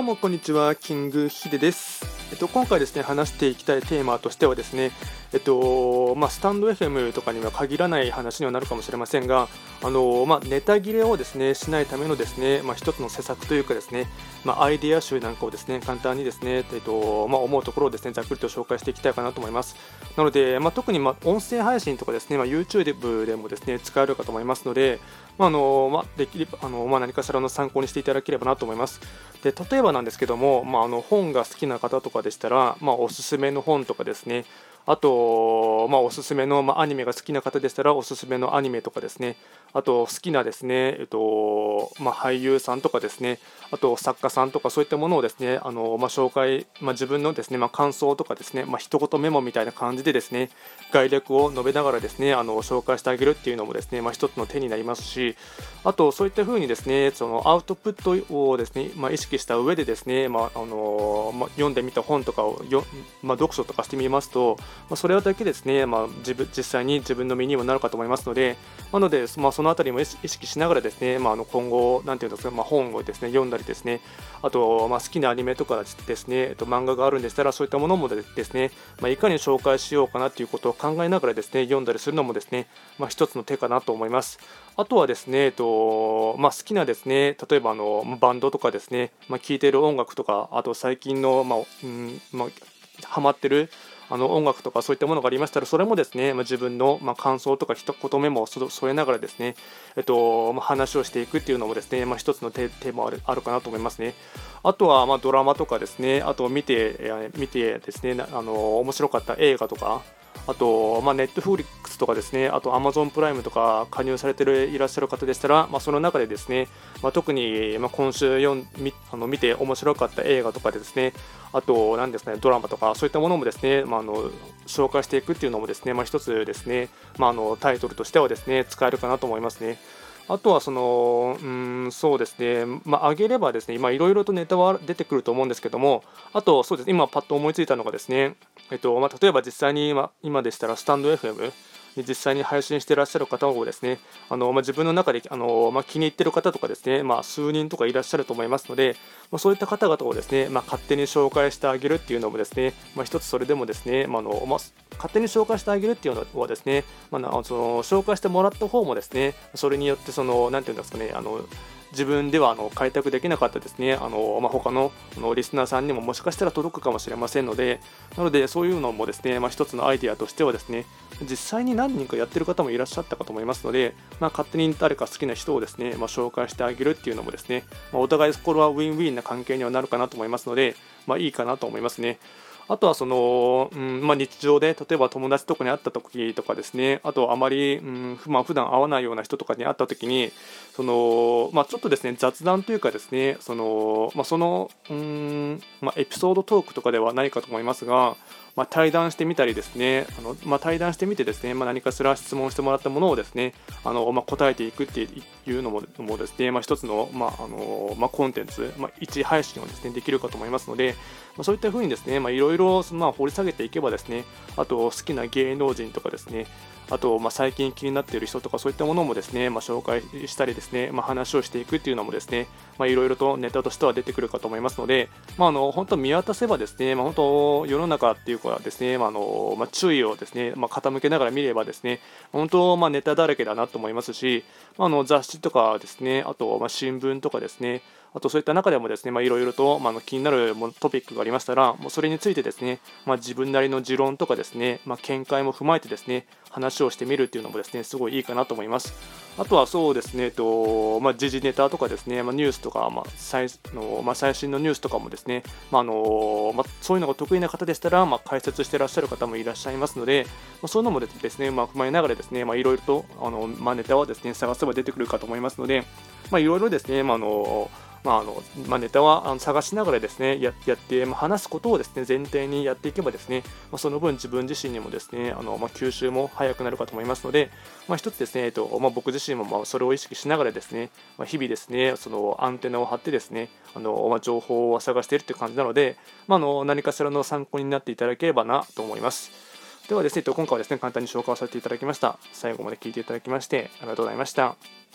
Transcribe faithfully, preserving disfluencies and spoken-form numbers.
もこんにちは、キングヒデです。えっと、今回ですね、話していきたいテーマとしてはですね、えっと、まあ、スタンド エフエム とかには限らない話にはなるかもしれませんが、あの、まあ、ネタ切れをですね、しないためのですね、まあ、一つの施策というかですね、まあ、アイデア集なんかをですね、簡単にですね、えっと、まあ、思うところをですね、ざっくりと紹介していきたいかなと思います。なので、まあ、特に、まあ、音声配信とかですね、まあ、YouTube でもですね、使えるかと思いますので、まあ、あの、まあ、できれば、あの、まあ、何かしらの参考にしていただければなと思います。で、例えばなんですけども、まあ、あの本が好きな方とかでしたら、まあ、おすすめの本とかですね、あと、まあ、おすすめの、まあ、アニメが好きな方でしたら、おすすめのアニメとかですね、あと好きなですね、えっとまあ、俳優さんとかですね、あと作家さんとかそういったものをですね、あのまあ、紹介、まあ、自分のですね、まあ、感想とかですね、まあ、一言メモみたいな感じでですね、概略を述べながらですね、あの紹介してあげるっていうのもですね、まあ、一つの手になりますし、あとそういったふうにですね、そのアウトプットをですね、まあ、意識した上でですね、まああのまあ、読んでみた本とかをよ、まあ、読書とかしてみますと、まあ、それだけですね、まあ、自分実際に自分の身にもなるかと思いますので、なので、まあ、そのあたりも意識しながらですね、まあ、あの今後、なんていうんですか、まあ、本をですね読んだりですね、あと、まあ、好きなアニメとかですね、えっと、漫画があるんでしたら、そういったものもですね、まあ、いかに紹介しようかなということを考えながらですね、読んだりするのもですね、まあ、一つの手かなと思います。あとはですね、えっとまあ、好きなですね、例えばあのバンドとかですね、まあ、聴いている音楽とか、あと最近の、まあうんまあ、ハマってるあの音楽とかそういったものがありましたら、それもですね、まあ、自分の、まあ、感想とか一言目も添えながらですね、えっとまあ、話をしていくっていうのもですね、まあ、一つの手手もあるあるかなと思いますね。あとはまあドラマとかですね、あと見て、えー見てですね、あの面白かった映画とか、あと、まあ、ネットフリックスとかですね、あと Amazon プライムとか加入されてるいらっしゃる方でしたら、まあ、その中でですね、まあ、特に、まあ、今週読んみあの見て面白かった映画とかでですね、あと、なんですかね、ドラマとか、そういったものもですね、まあ、あの紹介していくっていうのもですね、まあ、一つですね、まあ、あのタイトルとしてはですね、使えるかなと思いますね。あとはその、うーん、そうですね、まあ、上げればですね、今いろいろとネタは出てくると思うんですけども、あと、そうです、今パッと思いついたのがですね、えっと、まあ、例えば実際に今今でしたらスタンド エフエム に実際に配信していらっしゃる方をですね、あの、まあ、自分の中であの、まあ、気に入っている方とかですね、まあ、数人とかいらっしゃると思いますので、まあ、そういった方々をですね、まあ、勝手に紹介してあげるっていうのもですね、まあ、一つそれでもですね、まああのまあ、勝手に紹介してあげるっていうのはですね、まあ、なその紹介してもらった方もですね、それによってその、なんていうんですかね、あの自分ではあの開拓できなかったですね、あの、まあ、他のあのリスナーさんにももしかしたら届くかもしれませんので、なのでそういうのもですね、まあ、一つのアイデアとしてはですね、実際に何人かやってる方もいらっしゃったかと思いますので、まあ、勝手に誰か好きな人をですね、まあ、紹介してあげるっていうのもですね、まあ、お互いこれはウィンウィンな関係にはなるかなと思いますので、まあ、いいかなと思いますね。あとはその、うんまあ、日常で例えば友達とかに会った時とかですね、あとあまり、うんふまあ、普段会わないような人とかに会った時に、そのまあ、ちょっとですね雑談というかですね、その、まあ、その、うんまあ、エピソードトークとかではないかと思いますが、まあ、対談してみたりですね、あのまあ、対談してみてですね、まあ、何かしら質問してもらったものをですね、あのまあ、答えていくっていうのももですね、まあ、一つの、まああのまあ、コンテンツ、まあ、一配信をですねできるかと思いますので、まあ、そういったふうにですね、まあ、いろいろまあ掘り下げていけばですね、あと好きな芸能人とかですね、あと、まあ、最近気になっている人とかそういったものもですね、まあ、紹介したりですね、まあ、話をしていくっていうのもですね、まあ、いろいろとネタとしては出てくるかと思いますので、まあ、あの本当見渡せばですね、まあ、本当世の中っていうかですね、まああのまあ、注意をですね、まあ、傾けながら見ればですね、本当、まあ、ネタだらけだなと思いますし、まあ、あの雑誌とかですね、あと、まあ、新聞とかですね、あとそういった中でもですね、まあ、いろいろと、まあ、あの気になるものトピックがありましたら、もうそれについてですね、まあ、自分なりの持論とかですね、まあ、見解も踏まえてですね、話をしてみるっていうのもですね、すごいいいかなと思います。あとはそうですね、えっとまあ、時事ネタとかですね、まあ、ニュースとか、まあ最のまあ、最新のニュースとかもですね、まああのまあ、そういうのが得意な方でしたら、まあ、解説していらっしゃる方もいらっしゃいますので、まあ、そういうのもですね、まあ、踏まえながらですね、まあ、いろいろとあの、まあ、ネタはですね、探せば出てくるかと思いますので、まあ、いろいろですね、まああのまああのまあ、ネタはあの探しながらですねややって、まあ、話すことをですね前提にやっていけばですね、まあ、その分自分自身にもですねあの、まあ、吸収も早くなるかと思いますので、まあ、一つですね、えっとまあ、僕自身もまあそれを意識しながらですね、まあ、日々ですねそのアンテナを張ってですねあの、まあ、情報を探しているという感じなので、まあ、あの何かしらの参考になっていただければなと思います。ではですね、今回はですね簡単に紹介させていただきました。最後まで聞いていただきましてありがとうございました。